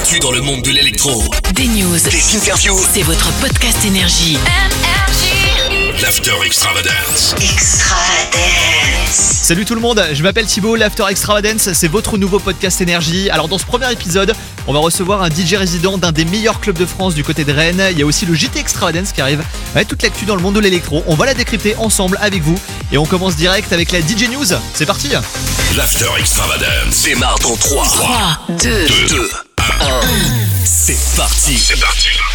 l'actu dans le monde de l'électro. Des news, Des interviews. c'est votre podcast énergie. L'After Extravagance. Salut tout le monde, je m'appelle Thibaut, l'After Extravagance, c'est votre nouveau podcast énergie. Alors dans ce premier épisode, on va recevoir un DJ résident d'un des meilleurs clubs de France du côté de Rennes. Il y a aussi le JT Extravagance qui arrive avec toute l'actu dans le monde de l'électro. On va la décrypter ensemble avec vous et on commence direct avec la DJ News. C'est parti. L'After Extravagance démarre dans 3, 3, 2, 2, 1. C'est parti.